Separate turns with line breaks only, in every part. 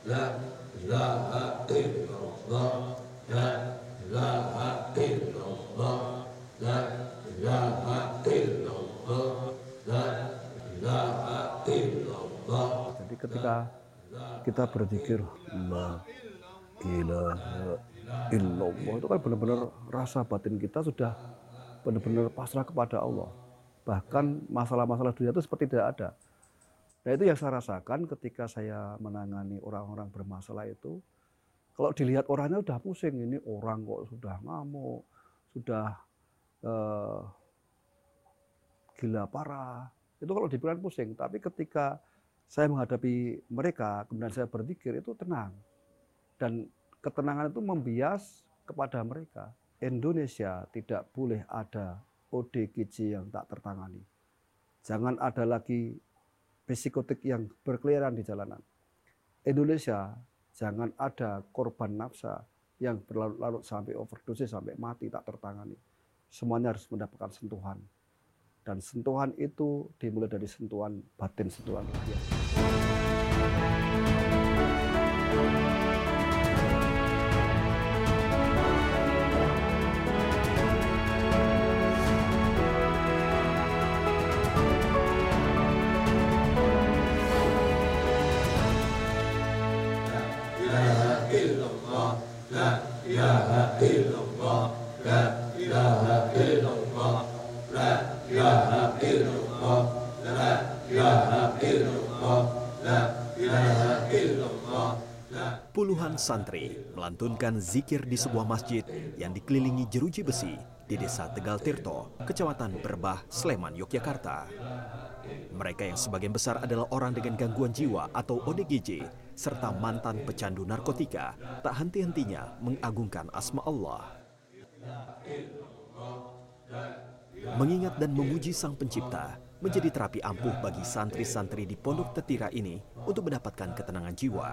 la ilaha illallah, la ilaha illallah, la ilaha illallah, la ilaha illallah.
Jadi ketika kita berzikir la ilaha illallah itu kan benar-benar rasa batin kita sudah benar-benar pasrah kepada Allah. Bahkan masalah-masalah dunia itu seperti tidak ada. Nah itu yang saya rasakan ketika saya menangani orang-orang bermasalah itu. Kalau dilihat orangnya udah pusing, ini orang kok sudah ngamuk, sudah gila parah. Itu kalau dibilang pusing, tapi ketika saya menghadapi mereka, kemudian saya berzikir itu tenang. Dan ketenangan itu membias kepada mereka. Indonesia tidak boleh ada ODGJ yang tak tertangani. Jangan ada lagi psikotik yang berkeliaran di jalanan. Indonesia jangan ada korban nafsa yang berlarut-larut sampai overdose, sampai mati tak tertangani. Semuanya harus mendapatkan sentuhan. Dan sentuhan itu dimulai dari sentuhan batin, sentuhan ruhiyah.
Puluhan santri melantunkan zikir di sebuah masjid yang dikelilingi jeruji besi di Desa Tegal Tirto, Kecamatan Berbah, Sleman, Yogyakarta. Mereka yang sebagian besar adalah orang dengan gangguan jiwa atau ODGJ, serta mantan pecandu narkotika, tak henti-hentinya mengagungkan asma Allah. Mengingat dan memuji Sang Pencipta menjadi terapi ampuh bagi santri-santri di Pondok Tetira ini untuk mendapatkan ketenangan jiwa.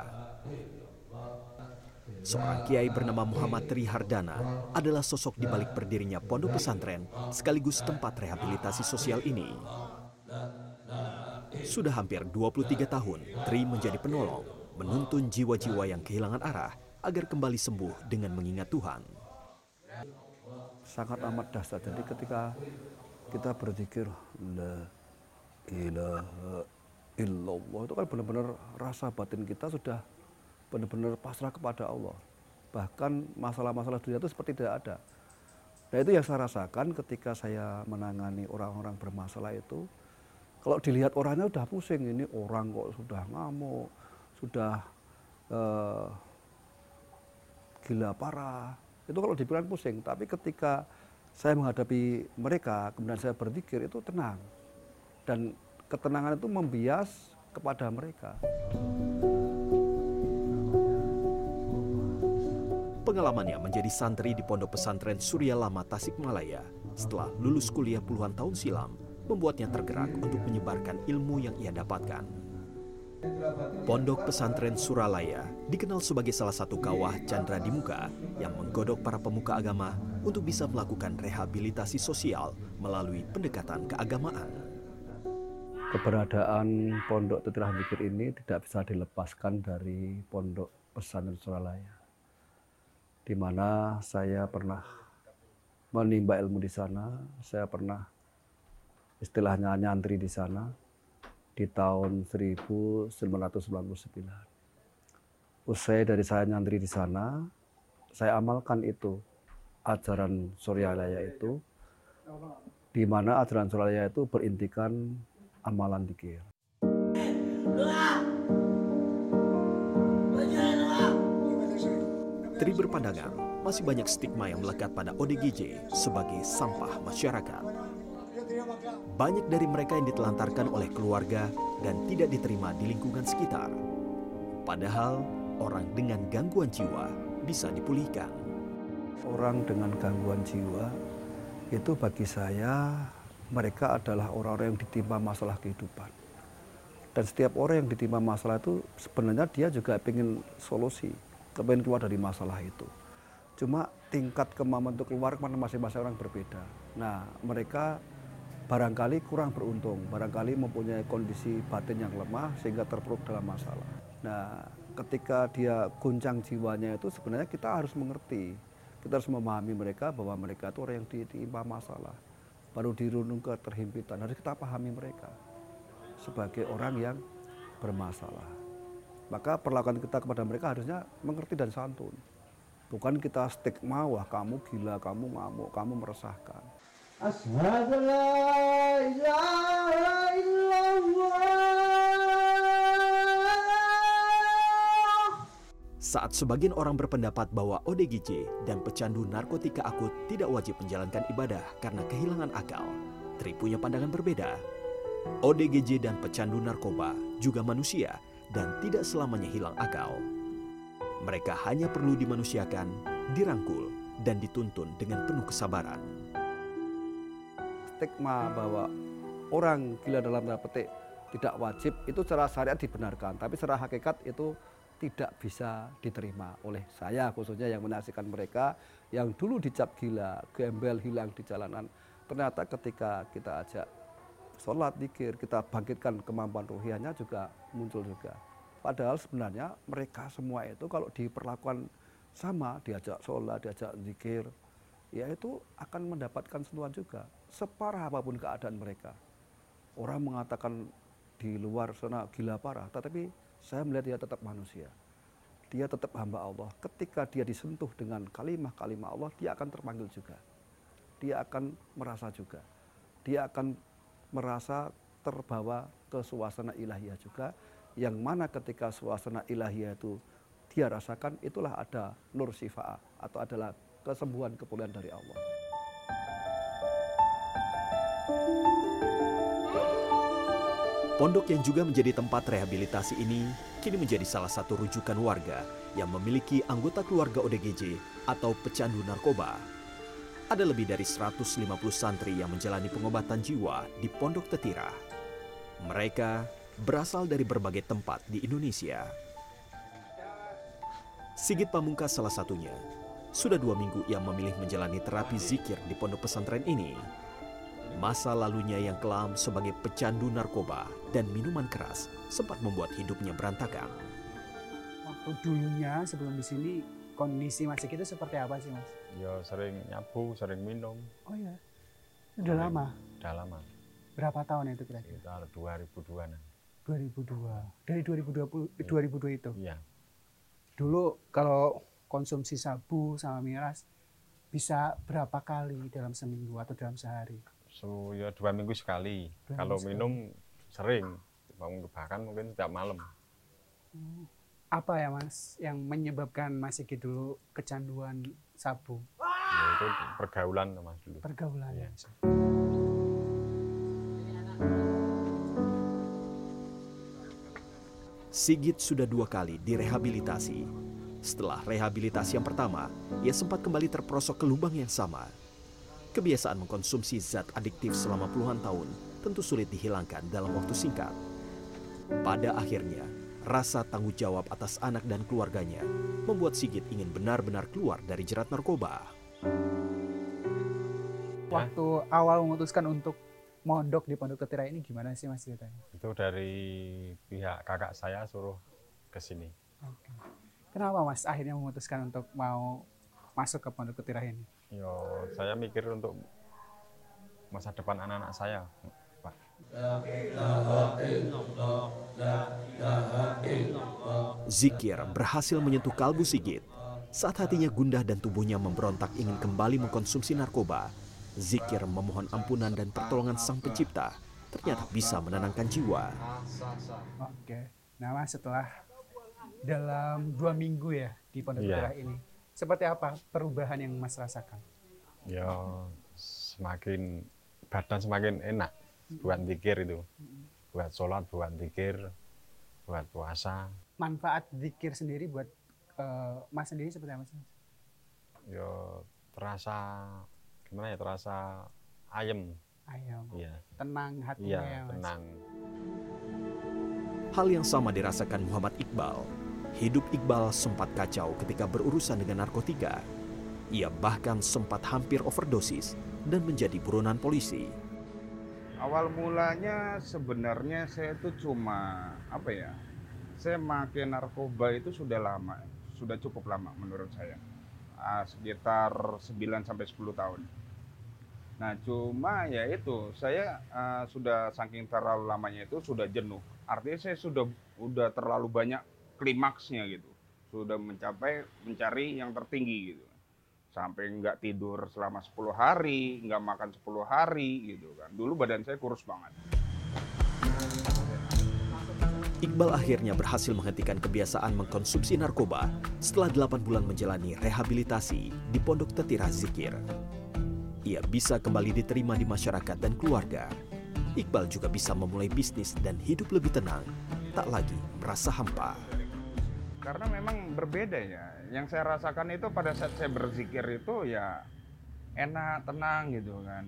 Seorang kiai bernama Muhammad Trihardana adalah sosok di balik berdirinya pondok pesantren sekaligus tempat rehabilitasi sosial ini. Sudah hampir 23 tahun, Tri menjadi penolong, menuntun jiwa-jiwa yang kehilangan arah agar kembali sembuh dengan mengingat Tuhan.
Sangat amat dahsyat. Jadi ketika kita berzikir la ilaha illallah itu kan benar-benar rasa batin kita sudah benar-benar pasrah kepada Allah. Bahkan masalah-masalah dunia itu seperti tidak ada. Nah itu yang saya rasakan ketika saya menangani orang-orang bermasalah itu. Kalau dilihat orangnya udah pusing, ini orang kok sudah ngamuk, sudah gila parah. Itu kalau dibilang pusing, tapi ketika saya menghadapi mereka, kemudian saya berzikir itu tenang. Dan ketenangan itu membias kepada mereka.
Pengalamannya menjadi santri di Pondok Pesantren Surya Lama Tasikmalaya setelah lulus kuliah puluhan tahun silam membuatnya tergerak untuk menyebarkan ilmu yang ia dapatkan. Pondok Pesantren Suralaya dikenal sebagai salah satu kawah Chandra di Muka yang menggodok para pemuka agama untuk bisa melakukan rehabilitasi sosial melalui pendekatan keagamaan.
Keberadaan Pondok Tetira Zikir ini tidak bisa dilepaskan dari Pondok Pesantren Suralaya, di mana saya pernah menimba ilmu di sana, saya pernah istilahnya nyantri di sana di tahun 1999. Usai dari saya nyantri di sana, saya amalkan itu ajaran Suryalaya itu, di mana ajaran Suryalaya itu berintikan amalan dzikir.
Tri berpandangan masih banyak stigma yang melekat pada ODGJ sebagai sampah masyarakat. Banyak dari mereka yang ditelantarkan oleh keluarga dan tidak diterima di lingkungan sekitar. Padahal orang dengan gangguan jiwa bisa dipulihkan.
Orang dengan gangguan jiwa itu bagi saya mereka adalah orang-orang yang ditimpa masalah kehidupan. Dan setiap orang yang ditimpa masalah itu sebenarnya dia juga ingin solusi, ingin keluar dari masalah itu. Cuma tingkat kemampuan untuk keluar masing-masing orang berbeda. Nah, mereka barangkali kurang beruntung, barangkali mempunyai kondisi batin yang lemah sehingga terpuruk dalam masalah. Nah, ketika dia goncang jiwanya itu sebenarnya kita harus mengerti. Kita harus memahami mereka bahwa mereka itu orang yang ditimpa masalah. Baru dirunung ke terhimpitan, harus kita pahami mereka sebagai orang yang bermasalah. Maka perlakuan kita kepada mereka harusnya mengerti dan santun. Bukan kita stigma, wah kamu gila, kamu ngamuk, kamu meresahkan.
Asyhadu la ilaha illallah.
Saat sebagian orang berpendapat bahwa ODGJ dan pecandu narkotika akut tidak wajib menjalankan ibadah karena kehilangan akal, Tri punya pandangan berbeda. ODGJ dan pecandu narkoba juga manusia dan tidak selamanya hilang akal. Mereka hanya perlu dimanusiakan, dirangkul, dan dituntun dengan penuh kesabaran.
Stigma bahwa orang gila dalam tanda petik tidak wajib itu secara syariat dibenarkan, tapi secara hakikat itu tidak bisa diterima oleh saya, khususnya yang menyaksikan mereka yang dulu dicap gila, gembel, hilang di jalanan. Ternyata ketika kita ajak sholat, zikir, kita bangkitkan kemampuan ruhiyahnya juga muncul juga. Padahal sebenarnya mereka semua itu kalau diperlakukan sama, diajak sholat, diajak zikir, ya itu akan mendapatkan sentuhan juga. Separah apapun keadaan mereka. Orang mengatakan di luar sana gila parah, tetapi saya melihat dia tetap manusia. Dia tetap hamba Allah. Ketika dia disentuh dengan kalimah-kalimah Allah, dia akan terpanggil juga. Dia akan merasa juga. Dia akan merasa terbawa ke suasana ilahiyah juga. Yang mana ketika suasana ilahiyah itu dia rasakan, itulah ada nur syifa'ah atau adalah kesembuhan, kepulihan dari Allah.
Pondok yang juga menjadi tempat rehabilitasi ini kini menjadi salah satu rujukan warga yang memiliki anggota keluarga ODGJ atau pecandu narkoba. Ada lebih dari 150 santri yang menjalani pengobatan jiwa di Pondok Tetira. Mereka berasal dari berbagai tempat di Indonesia. Sigit Pamungkas salah satunya. Sudah 2 minggu ia memilih menjalani terapi zikir di pondok pesantren ini. Masa lalunya yang kelam sebagai pecandu narkoba dan minuman keras sempat membuat hidupnya berantakan.
Waktu dulunya sebelum di sini kondisi Mas Sigit itu seperti apa sih Mas?
Ya sering nyabu, sering minum.
Oh ya, udah lama.
Udah lama.
Berapa tahun itu kira-kira?
Sekitar 2002-an.
2002. Dari 2002 itu.
Iya.
Dulu kalau konsumsi sabu sama miras bisa berapa kali dalam seminggu atau dalam sehari?
So, ya 2 minggu sekali. Kalau minum sering, bahkan mungkin setiap malam.
Apa ya Mas yang menyebabkan Mas Sigit dulu kecanduan sabu?
Ya, itu pergaulan Mas dulu.
Pergaulan.
Iya.
Sigit sudah 2 kali direhabilitasi. Setelah rehabilitasi yang pertama, ia sempat kembali terperosok ke lubang yang sama. Kebiasaan mengkonsumsi zat adiktif selama puluhan tahun tentu sulit dihilangkan dalam waktu singkat. Pada akhirnya, rasa tanggung jawab atas anak dan keluarganya membuat Sigit ingin benar-benar keluar dari jerat narkoba.
Waktu awal memutuskan untuk mondok di Pondok Tetira ini gimana sih Mas ceritanya?
Itu dari pihak kakak saya suruh ke sini.
Oke. Kenapa Mas akhirnya memutuskan untuk mau masuk ke Pondok Tetira ini?
Yo, saya mikir untuk masa depan anak-anak saya, Pak.
Zikir berhasil menyentuh kalbu Sigit. Saat hatinya gundah dan tubuhnya memberontak ingin kembali mengkonsumsi narkoba, zikir memohon ampunan dan pertolongan Sang Pencipta ternyata bisa menenangkan jiwa.
Oke. Nah Mas, setelah dalam 2 minggu ya di Pondok Tetira ini, seperti apa perubahan yang Mas rasakan?
Ya, badan semakin enak buat zikir itu. Buat sholat, buat zikir, buat puasa.
Manfaat zikir sendiri buat Mas sendiri seperti apa sih?
Ya, terasa gimana ya, terasa ayem.
Ayam.
Iya.
Tenang hatinya
Iya,
ya Mas.
tenang.
Hal yang sama dirasakan Muhammad Iqbal. Hidup Iqbal sempat kacau ketika berurusan dengan narkotika. Ia bahkan sempat hampir overdosis dan menjadi buronan polisi.
Awal mulanya sebenarnya saya itu cuma Saya makin narkoba itu sudah lama, sudah cukup lama menurut saya. Sekitar 9 sampai 10 tahun. Nah, cuma ya itu, saya sudah saking terlalu lamanya itu sudah jenuh. Artinya saya udah terlalu banyak klimaksnya gitu. Sudah mencari yang tertinggi gitu. Sampai nggak tidur selama 10 hari, nggak makan 10 hari gitu kan. Dulu badan saya kurus banget.
Iqbal akhirnya berhasil menghentikan kebiasaan mengkonsumsi narkoba setelah 8 bulan menjalani rehabilitasi di Pondok Tetirah Zikir. Ia bisa kembali diterima di masyarakat dan keluarga. Iqbal juga bisa memulai bisnis dan hidup lebih tenang, tak lagi merasa hampa.
Karena memang berbeda ya. Yang saya rasakan itu pada saat saya berzikir itu ya enak, tenang gitu kan.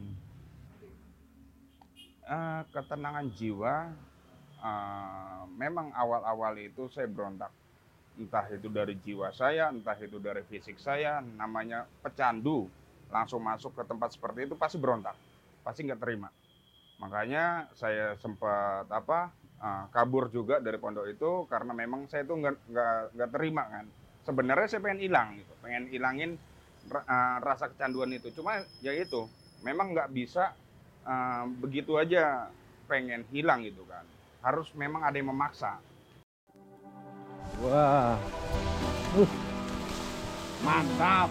Ketenangan jiwa, memang awal-awal itu saya berontak. Entah itu dari jiwa saya, entah itu dari fisik saya, namanya pecandu. Langsung masuk ke tempat seperti itu pasti berontak, pasti nggak terima. Makanya saya sempat kabur juga dari pondok itu karena memang saya itu nggak terima kan. Sebenarnya saya pengen hilang gitu, pengen hilangin rasa kecanduan itu. Cuma ya itu, memang nggak bisa begitu aja pengen hilang gitu kan. Harus memang ada yang memaksa.
Wah, mantap.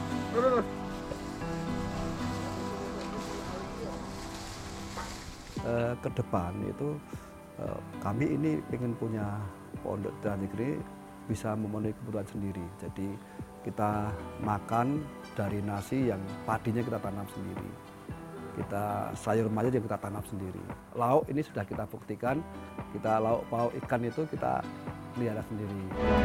Ke depan itu kami ini ingin punya pondok Tetirah Zikir bisa memenuhi kebutuhan sendiri. Jadi kita makan dari nasi yang padinya kita tanam sendiri. Kita sayur mayur yang kita tanam sendiri. Lauk ini sudah kita buktikan, kita lauk pauk ikan itu kita pelihara sendiri.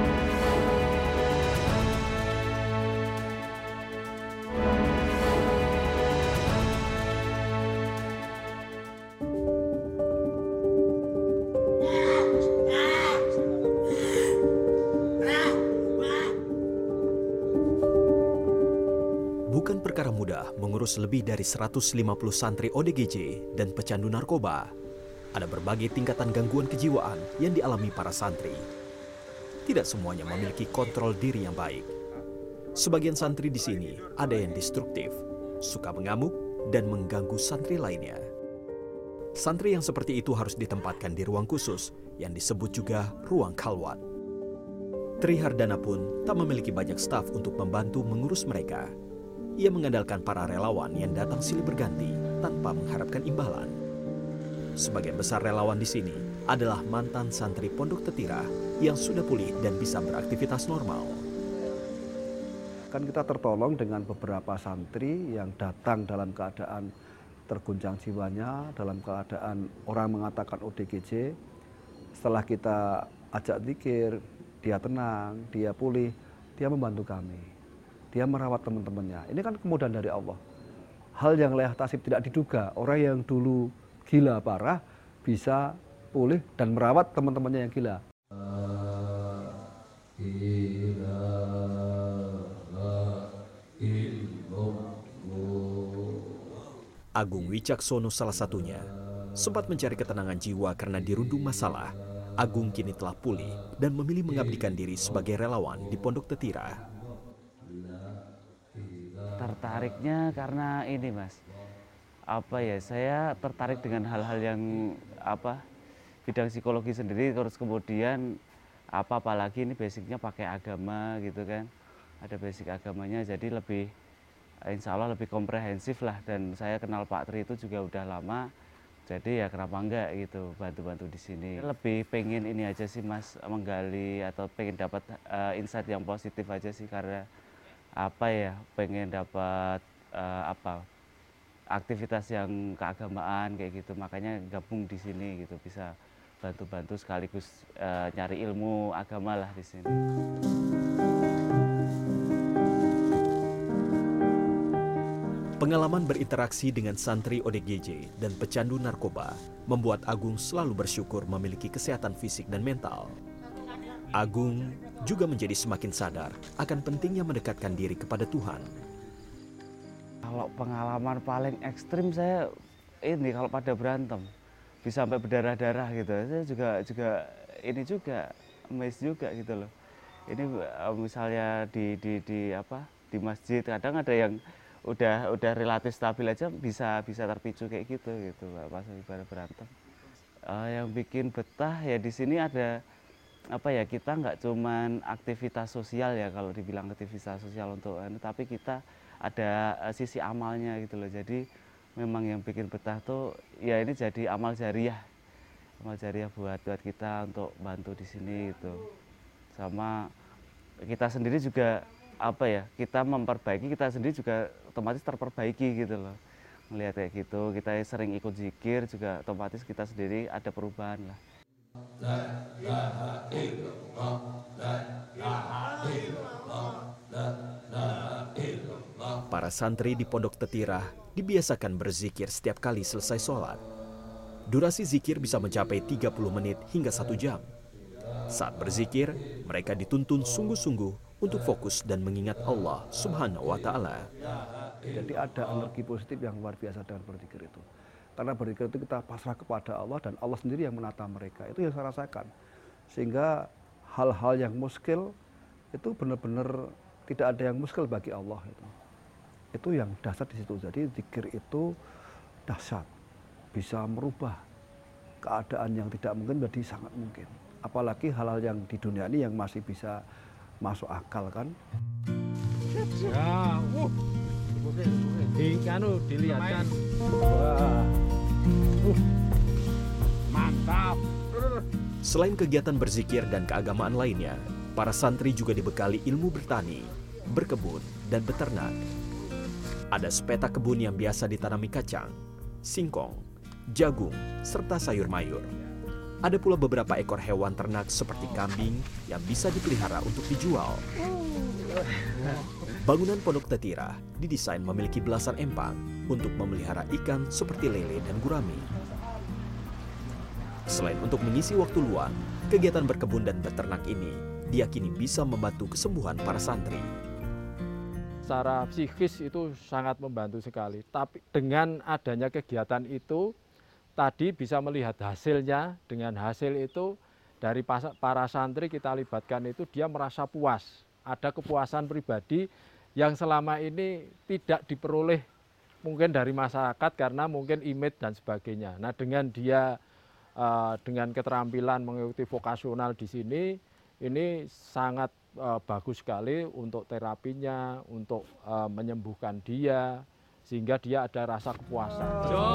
Bukan perkara mudah mengurus lebih dari 150 santri ODGJ dan pecandu narkoba. Ada berbagai tingkatan gangguan kejiwaan yang dialami para santri. Tidak semuanya memiliki kontrol diri yang baik. Sebagian santri di sini ada yang destruktif, suka mengamuk, dan mengganggu santri lainnya. Santri yang seperti itu harus ditempatkan di ruang khusus yang disebut juga ruang khalwat. Tri Hardana pun tak memiliki banyak staf untuk membantu mengurus mereka. Ia mengandalkan para relawan yang datang silih berganti tanpa mengharapkan imbalan. Sebagian besar relawan di sini adalah mantan santri Pondok Tetirah yang sudah pulih dan bisa beraktivitas normal.
Kan kita tertolong dengan beberapa santri yang datang dalam keadaan terguncang jiwanya, dalam keadaan orang mengatakan ODGJ. Setelah kita ajak zikir, dia tenang, dia pulih, dia membantu kami. Dia merawat teman-temannya. Ini kan kemudahan dari Allah. Hal yang layah tasib tidak diduga. Orang yang dulu gila parah bisa pulih dan merawat teman-temannya yang gila.
Agung Wicaksono salah satunya. Sempat mencari ketenangan jiwa karena dirundung masalah. Agung kini telah pulih dan memilih mengabdikan diri sebagai relawan di Pondok Tetirah.
Tertariknya karena ini Mas, saya tertarik dengan hal-hal yang bidang psikologi sendiri, terus kemudian apalagi ini basicnya pakai agama gitu kan, ada basic agamanya, jadi lebih insya Allah lebih komprehensif lah. Dan saya kenal Pak Tri itu juga udah lama, jadi ya kenapa enggak gitu bantu-bantu di sini. Lebih pengen ini aja sih Mas, menggali atau pengen dapat insight yang positif aja sih, karena pengen dapat aktivitas yang keagamaan kayak gitu, makanya gabung di sini gitu, bisa bantu-bantu sekaligus nyari ilmu agama lah di sini.
Pengalaman berinteraksi dengan santri ODGJ dan pecandu narkoba membuat Agung selalu bersyukur memiliki kesehatan fisik dan mental. Agung juga menjadi semakin sadar akan pentingnya mendekatkan diri kepada Tuhan.
Kalau pengalaman paling ekstrim saya ini kalau pada berantem bisa sampai berdarah-darah gitu. Saya juga ini juga amazed juga gitu loh. Ini misalnya di masjid kadang ada yang udah relatif stabil aja bisa terpicu kayak gitu Pak, pas ibadah berantem. Yang bikin betah ya di sini ada kita nggak cuman aktivitas sosial ya, kalau dibilang aktivitas sosial untuk tapi kita ada sisi amalnya gitu loh. Jadi memang yang bikin betah tuh ya ini jadi amal jariah buat kita untuk bantu di sini gitu. Sama kita sendiri juga kita memperbaiki, kita sendiri juga otomatis terperbaiki gitu loh. Melihat kayak gitu, kita sering ikut zikir juga otomatis kita sendiri ada perubahan lah.
Para santri di Pondok Tetirah dibiasakan berzikir setiap kali selesai sholat. Durasi zikir bisa mencapai 30 menit hingga 1 jam. Saat berzikir, mereka dituntun sungguh-sungguh untuk fokus dan mengingat Allah Subhanahu wa Ta'ala.
Jadi ada energi positif yang luar biasa dengan berzikir itu. Karena berzikir itu kita pasrah kepada Allah dan Allah sendiri yang menata mereka. Itu yang saya rasakan. Sehingga hal-hal yang muskil itu benar-benar tidak ada yang muskil bagi Allah itu. Itu yang dahsyat di situ. Jadi zikir itu dahsyat, bisa merubah keadaan yang tidak mungkin menjadi sangat mungkin. Apalagi hal-hal yang di dunia ini yang masih bisa masuk akal kan.
Ya, dilihatkan. Wah. Mantap.
Selain kegiatan berzikir dan keagamaan lainnya, para santri juga dibekali ilmu bertani, berkebun, dan beternak. Ada sepetak kebun yang biasa ditanami kacang, singkong, jagung, serta sayur mayur. Ada pula beberapa ekor hewan ternak seperti kambing yang bisa dipelihara untuk dijual. Bangunan Pondok Tetirah didesain memiliki belasan empang untuk memelihara ikan seperti lele dan gurami. Selain untuk mengisi waktu luang, kegiatan berkebun dan beternak ini diyakini bisa membantu kesembuhan para santri.
Secara psikis itu sangat membantu sekali. Tapi dengan adanya kegiatan itu, tadi bisa melihat hasilnya. Dengan hasil itu dari para santri kita libatkan itu dia merasa puas. Ada kepuasan pribadi yang selama ini tidak diperoleh mungkin dari masyarakat karena mungkin image dan sebagainya. Nah dengan dia dengan keterampilan mengikuti vokasional di sini, ini sangat bagus sekali untuk terapinya, untuk menyembuhkan dia, sehingga dia ada rasa kepuasan.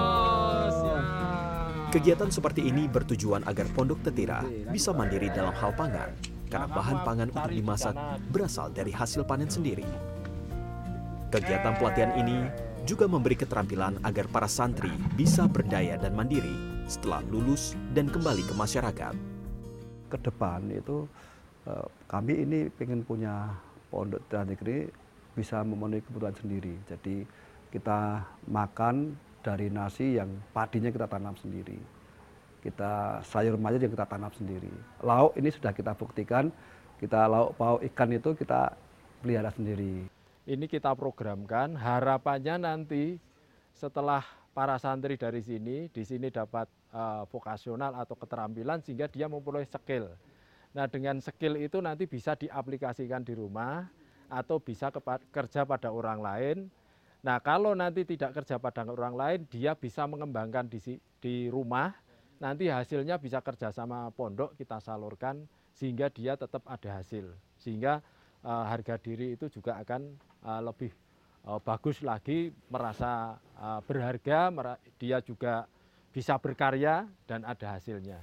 Kegiatan seperti ini bertujuan agar Pondok Tetirah bisa mandiri dalam hal pangan, karena bahan pangan untuk dimasak berasal dari hasil panen sendiri. Kegiatan pelatihan ini juga memberi keterampilan agar para santri bisa berdaya dan mandiri setelah lulus dan kembali ke masyarakat.
Ke depan itu kami ini ingin punya pondok negeri bisa memenuhi kebutuhan sendiri. Jadi kita makan dari nasi yang padinya kita tanam sendiri. Kita sayur mayur yang kita tanam sendiri. Lauk ini sudah kita buktikan, kita lauk pauk ikan itu kita pelihara sendiri.
Ini kita programkan, harapannya nanti setelah para santri dari sini, di sini dapat vokasional atau keterampilan sehingga dia memperoleh skill. Nah dengan skill itu nanti bisa diaplikasikan di rumah atau bisa kerja pada orang lain. Nah kalau nanti tidak kerja pada orang lain, dia bisa mengembangkan di rumah, nanti hasilnya bisa kerja sama pondok kita salurkan sehingga dia tetap ada hasil. Sehingga harga diri itu juga akan lebih bagus lagi, merasa berharga, dia juga bisa berkarya dan ada hasilnya.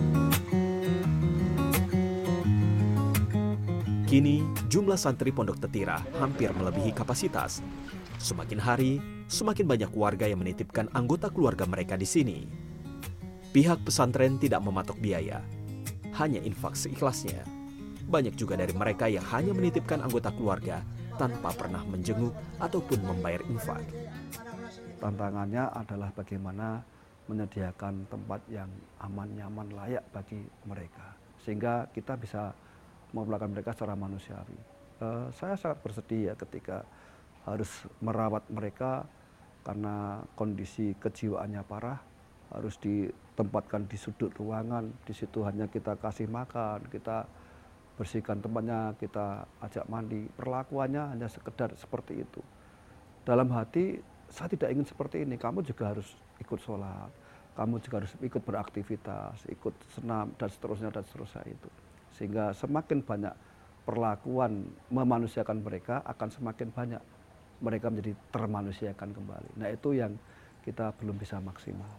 Kini jumlah santri Pondok Tetirah hampir melebihi kapasitas. Semakin hari, semakin banyak warga yang menitipkan anggota keluarga mereka di sini. Pihak pesantren tidak mematok biaya, hanya infak seikhlasnya. Banyak juga dari mereka yang hanya menitipkan anggota keluarga tanpa pernah menjenguk ataupun membayar infak.
Tantangannya adalah bagaimana menyediakan tempat yang aman, nyaman, layak bagi mereka. Sehingga kita bisa memperlakukan mereka secara manusiawi. Saya sangat bersedih ya ketika harus merawat mereka karena kondisi kejiwaannya parah. harus ditempatkan di sudut ruangan, di situ hanya kita kasih makan, kita bersihkan tempatnya, kita ajak mandi. Perlakuannya hanya sekedar seperti itu. Dalam hati, saya tidak ingin seperti ini, kamu juga harus ikut sholat, kamu juga harus ikut beraktivitas, ikut senam, dan seterusnya itu. Sehingga semakin banyak perlakuan memanusiakan mereka, akan semakin banyak mereka menjadi termanusiakan kembali. Nah itu yang kita belum bisa maksimal.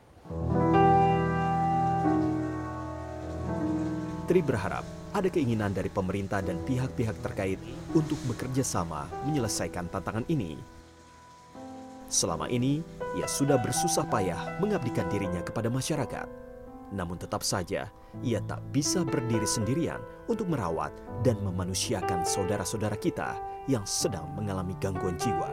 Tri berharap ada keinginan dari pemerintah dan pihak-pihak terkait untuk bekerja sama menyelesaikan tantangan ini. Selama ini, ia sudah bersusah payah mengabdikan dirinya kepada masyarakat. Namun tetap saja, ia tak bisa berdiri sendirian untuk merawat dan memanusiakan saudara-saudara kita yang sedang mengalami gangguan jiwa.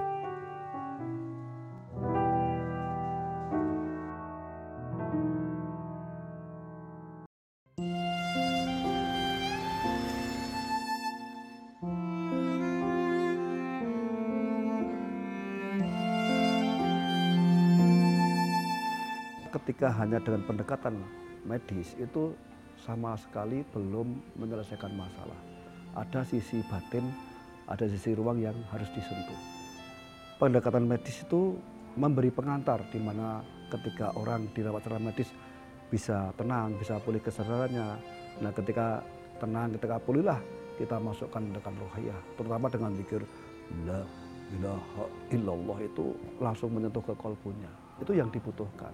Ketika hanya dengan pendekatan medis itu sama sekali belum menyelesaikan masalah. Ada sisi batin, ada sisi ruang yang harus disentuh. Pendekatan medis itu memberi pengantar di mana ketika orang dirawat secara medis bisa tenang, bisa pulih kesadarannya. Nah ketika tenang, ketika pulihlah kita masukkan pendekatan rohiyah, terutama dengan zikir la ilaha illallah itu langsung menyentuh ke kolbunya. Itu yang dibutuhkan.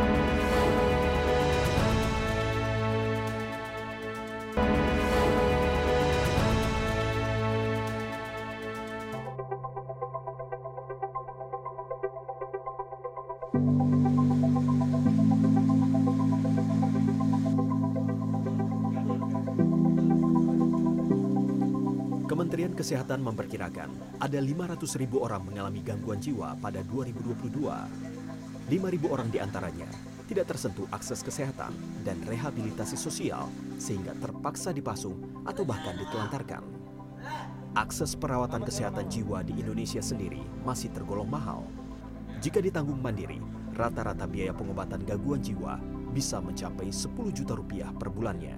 Kementerian Kesehatan memperkirakan ada 500.000 orang mengalami gangguan jiwa pada 2022. 5.000 orang diantaranya tidak tersentuh akses kesehatan dan rehabilitasi sosial sehingga terpaksa dipasung atau bahkan ditelantarkan. Akses perawatan kesehatan jiwa di Indonesia sendiri masih tergolong mahal. Jika ditanggung mandiri, rata-rata biaya pengobatan gangguan jiwa bisa mencapai 10 juta rupiah per bulannya.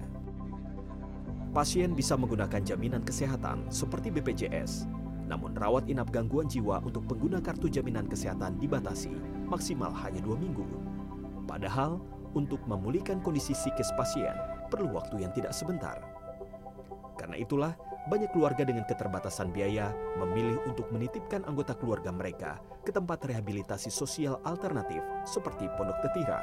Pasien bisa menggunakan jaminan kesehatan seperti BPJS, namun rawat inap gangguan jiwa untuk pengguna kartu jaminan kesehatan dibatasi maksimal hanya 2 minggu. Padahal, untuk memulihkan kondisi psikis pasien perlu waktu yang tidak sebentar. Karena itulah, banyak keluarga dengan keterbatasan biaya memilih untuk menitipkan anggota keluarga mereka ke tempat rehabilitasi sosial alternatif seperti Pondok Tetirah.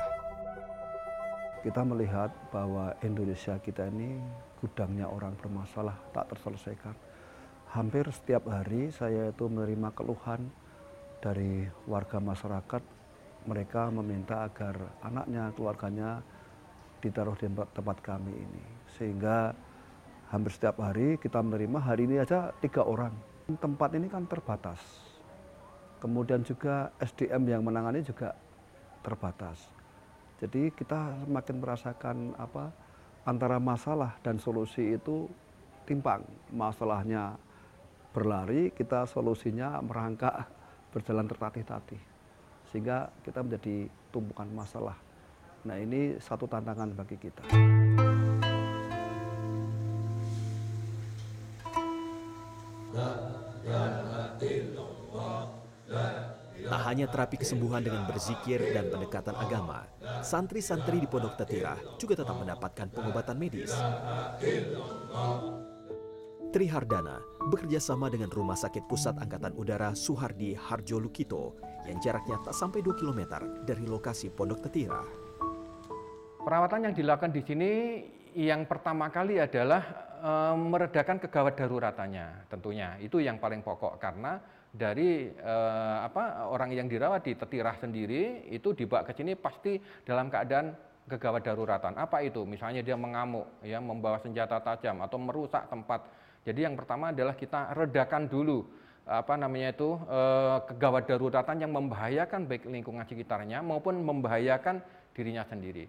Kita melihat bahwa Indonesia kita ini gudangnya orang bermasalah tak terselesaikan. Hampir setiap hari saya itu menerima keluhan dari warga masyarakat. Mereka meminta agar anaknya, keluarganya ditaruh di tempat kami ini. Sehingga hampir setiap hari kita menerima, hari ini aja 3 orang. Tempat ini kan terbatas. Kemudian juga SDM yang menangani juga terbatas. Jadi kita semakin merasakan antara masalah dan solusi itu timpang. Masalahnya berlari, kita solusinya merangkak berjalan tertatih-tatih. Sehingga kita menjadi tumpukan masalah. Nah ini satu tantangan bagi kita.
Tak hanya terapi kesembuhan dengan berzikir dan pendekatan agama, santri-santri di Pondok Tetirah juga tetap mendapatkan pengobatan medis. Tri Hardana bekerja sama dengan Rumah Sakit Pusat Angkatan Udara Suhardi Harjo Lukito yang jaraknya tak sampai 2 km dari lokasi Pondok Tetirah.
Perawatan yang dilakukan di sini yang pertama kali adalah meredakan kegawat daruratannya tentunya. Itu yang paling pokok karena dari orang yang dirawat di Tetirah sendiri itu dibawa ke sini pasti dalam keadaan kegawat daruratan. Apa itu? Misalnya dia mengamuk, ya, membawa senjata tajam atau merusak tempat. Jadi yang pertama adalah kita redakan dulu kegawat daruratan yang membahayakan baik lingkungan sekitarnya maupun membahayakan dirinya sendiri.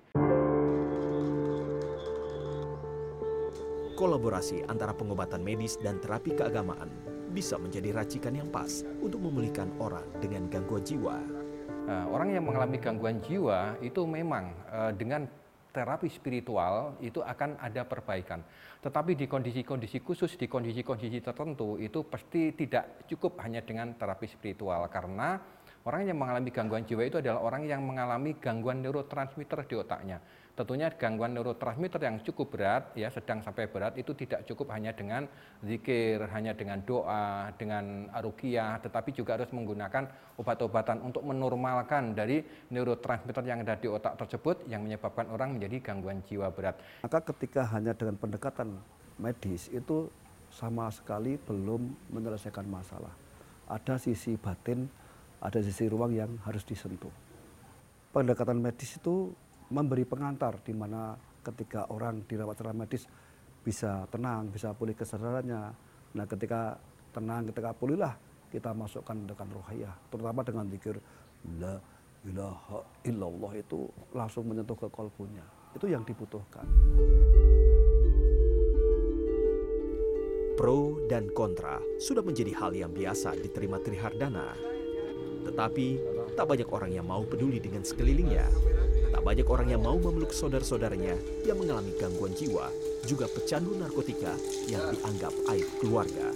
Kolaborasi antara pengobatan medis dan terapi keagamaan bisa menjadi racikan yang pas untuk memulihkan orang dengan gangguan jiwa.
Orang yang mengalami gangguan jiwa itu memang dengan terapi spiritual itu akan ada perbaikan. Tetapi di kondisi-kondisi khusus, di kondisi-kondisi tertentu itu pasti tidak cukup hanya dengan terapi spiritual, karena orang yang mengalami gangguan jiwa itu adalah orang yang mengalami gangguan neurotransmitter di otaknya. Tentunya gangguan neurotransmitter yang cukup berat, ya sedang sampai berat, itu tidak cukup hanya dengan zikir, hanya dengan doa, dengan ruqyah, tetapi juga harus menggunakan obat-obatan untuk menormalkan dari neurotransmitter yang ada di otak tersebut yang menyebabkan orang menjadi gangguan jiwa berat.
Maka ketika hanya dengan pendekatan medis itu sama sekali belum menyelesaikan masalah. Ada sisi batin, ada sisi ruang yang harus disentuh. Pendekatan medis itu memberi pengantar di mana ketika orang dirawat secara medis bisa tenang, bisa pulih kesadarannya. Nah, ketika tenang, ketika pulihlah kita masukkan dengan rohiyah, terutama dengan zikir la ilaha illallah, itu langsung menyentuh ke kolbunya. Itu yang dibutuhkan.
Pro dan kontra sudah menjadi hal yang biasa diterima Trihardana. Tetapi tak banyak orang yang mau peduli dengan sekelilingnya. Tak banyak orang yang mau memeluk saudara-saudaranya yang mengalami gangguan jiwa, juga pecandu narkotika yang dianggap aib keluarga.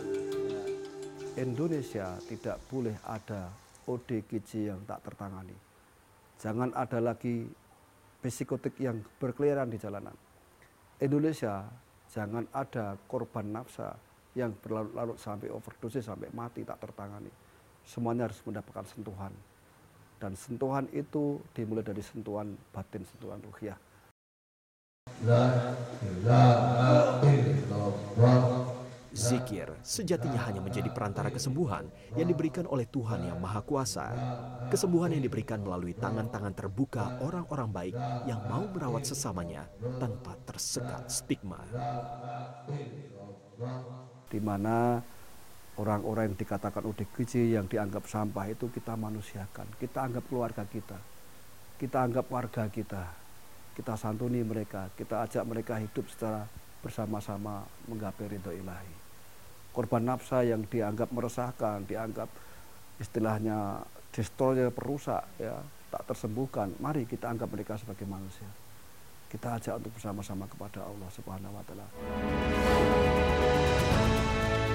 Indonesia tidak boleh ada ODGJ yang tak tertangani. Jangan ada lagi psikotik yang berkeliaran di jalanan. Indonesia jangan ada korban nafsa yang berlarut-larut sampai overdosis, sampai mati tak tertangani. Semuanya harus mendapatkan sentuhan. Dan sentuhan itu dimulai dari sentuhan batin, sentuhan ruhiyah.
Zikir sejatinya hanya menjadi perantara kesembuhan yang diberikan oleh Tuhan Yang Maha Kuasa. Kesembuhan yang diberikan melalui tangan-tangan terbuka orang-orang baik yang mau merawat sesamanya tanpa tersekat stigma.
Di mana orang-orang yang dikatakan ODGJ yang dianggap sampah itu kita manusiakan, kita anggap keluarga kita anggap warga kita santuni mereka, kita ajak mereka hidup secara bersama-sama menggapai ridho ilahi. Korban nafsa yang dianggap meresahkan, dianggap istilahnya destroyer, perusak, ya tak tersembuhkan, mari kita anggap mereka sebagai manusia. Kita ajak untuk bersama-sama kepada Allah Subhanahu wa Ta'ala.